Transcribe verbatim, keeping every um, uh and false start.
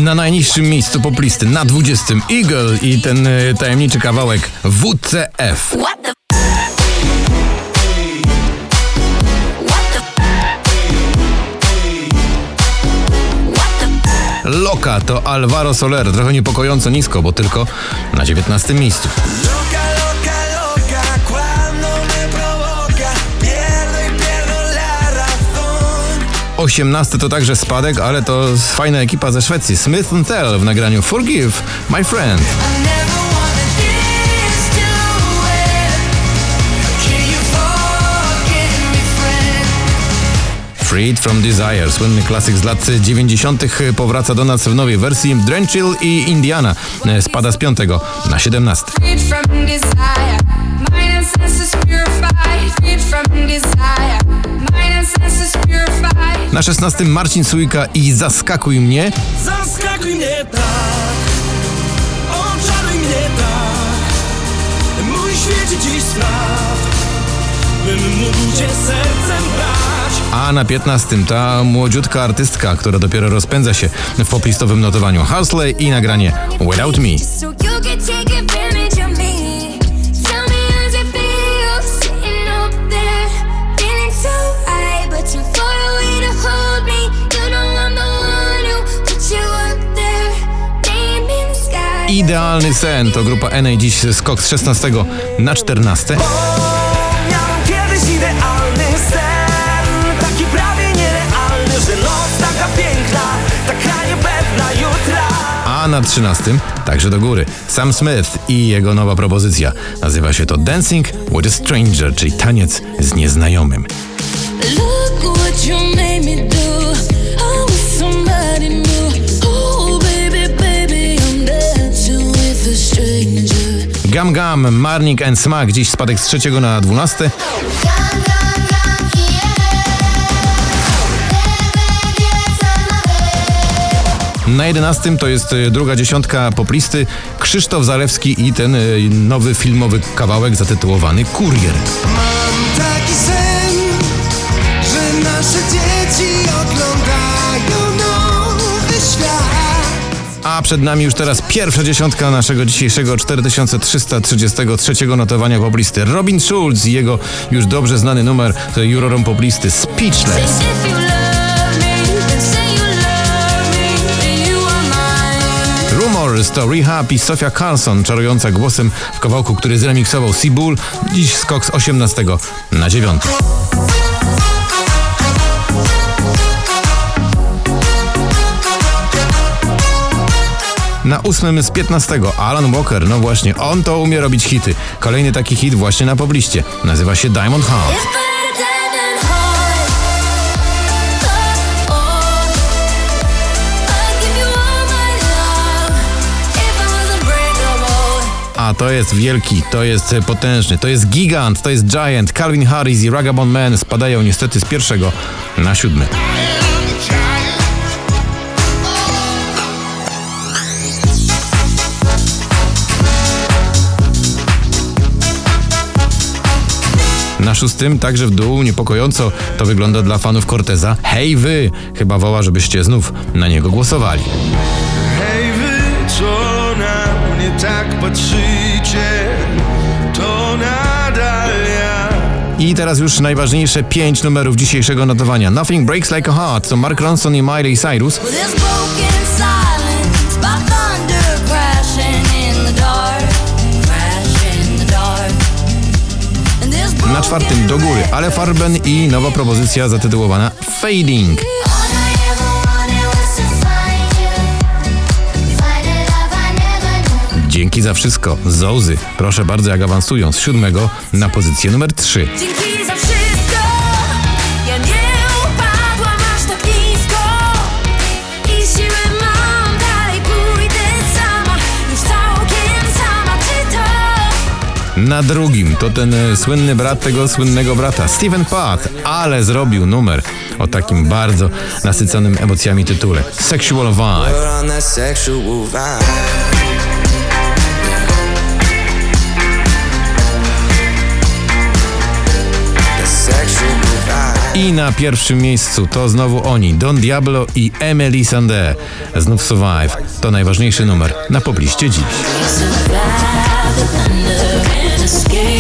Na najniższym miejscu poplisty, na dwudziestym Eagle i ten y, tajemniczy kawałek W C F. Loka to Alvaro Soler, trochę niepokojąco nisko, bo tylko na dziewiętnastym miejscu. osiemnasty to także spadek, ale to fajna ekipa ze Szwecji. Smith and Tell w nagraniu Forgive My Friend. Freed from Desire, słynny klasyk z lat dziewięćdziesiątych powraca do nas w nowej wersji. Drenchill i Indiana spada z piątego na siedemnasty. Na szesnastym Marcin Sujka i Zaskakuj mnie. Zaskakuj mnie tak, oczaruj mnie tak, mój świecie dziś spraw, bym mógł cię sercem brać. A na piętnastym ta młodziutka artystka, która dopiero rozpędza się w poplistowym notowaniu. Halsey i nagranie Without Me. Idealny sen to grupa N A, dziś skok z szesnastego na czternaste. Miałem kiedyś idealny sen, taki prawie nierealny, że noc taka piękna, taka niepewna jutra. A na trzynastym także do góry Sam Smith i jego nowa propozycja. Nazywa się to Dancing with a Stranger, czyli taniec z nieznajomym. Look what you made me do. I was somebody new. Oh baby, baby, I'm dancing with a stranger. Gam Gam, Marnik and Smack, dziś spadek z trzeciego na dwunasty. Na jedenastym to jest druga dziesiątka poplisty, Krzysztof Zalewski i ten nowy filmowy kawałek zatytułowany Kurier. Mam taki sen, że nasze dzieci oglądają nowy świat. A przed nami już teraz pierwsza dziesiątka naszego dzisiejszego cztery tysiące trzysta trzydziestego trzeciego notowania poplisty. Robin Schulz i jego już dobrze znany numer to jurorom poplisty Speechless. Rumors to Rehab i Sofia Carson, czarująca głosem w kawałku, który zremiksował Seabull. Dziś skok z osiemnastego na dziewiąty. Na ósmym z piętnastego Alan Walker, no właśnie, on to umie robić hity. Kolejny taki hit właśnie na pobliście. Nazywa się Diamond Heart. A to jest wielki, to jest potężny, to jest gigant, to jest giant. Calvin Harris i Ragabond Man spadają niestety z pierwszego na siódmy. Na szóstym, także w dół, niepokojąco to wygląda dla fanów Corteza. Hej wy! Chyba woła, żebyście znów na niego głosowali. Hej wy, co na mnie tak patrzycie, to nadal ja. I teraz już najważniejsze pięć numerów dzisiejszego notowania. Nothing Breaks Like a Heart to Mark Ronson i Miley Cyrus. Na czwartym do góry Ale Farben i nowa propozycja zatytułowana Fading. Dzięki za wszystko. Zołzy, proszę bardzo, jak awansują z siódmego na pozycję numer trzy. Dzięki za wszystko. Ja nie upadłam aż tak nisko. I siły mam, dalej pójdę sama. Już całkiem sama, czy to? Na drugim to ten e, słynny brat tego słynnego brata, Stephen Path, ale zrobił numer o takim bardzo nasyconym emocjami tytule Sexual Vibe. I na pierwszym miejscu to znowu oni, Don Diablo i Emily Sandé. Znów Survive. To najważniejszy numer na pobliście dziś. Survive the thunder and escape.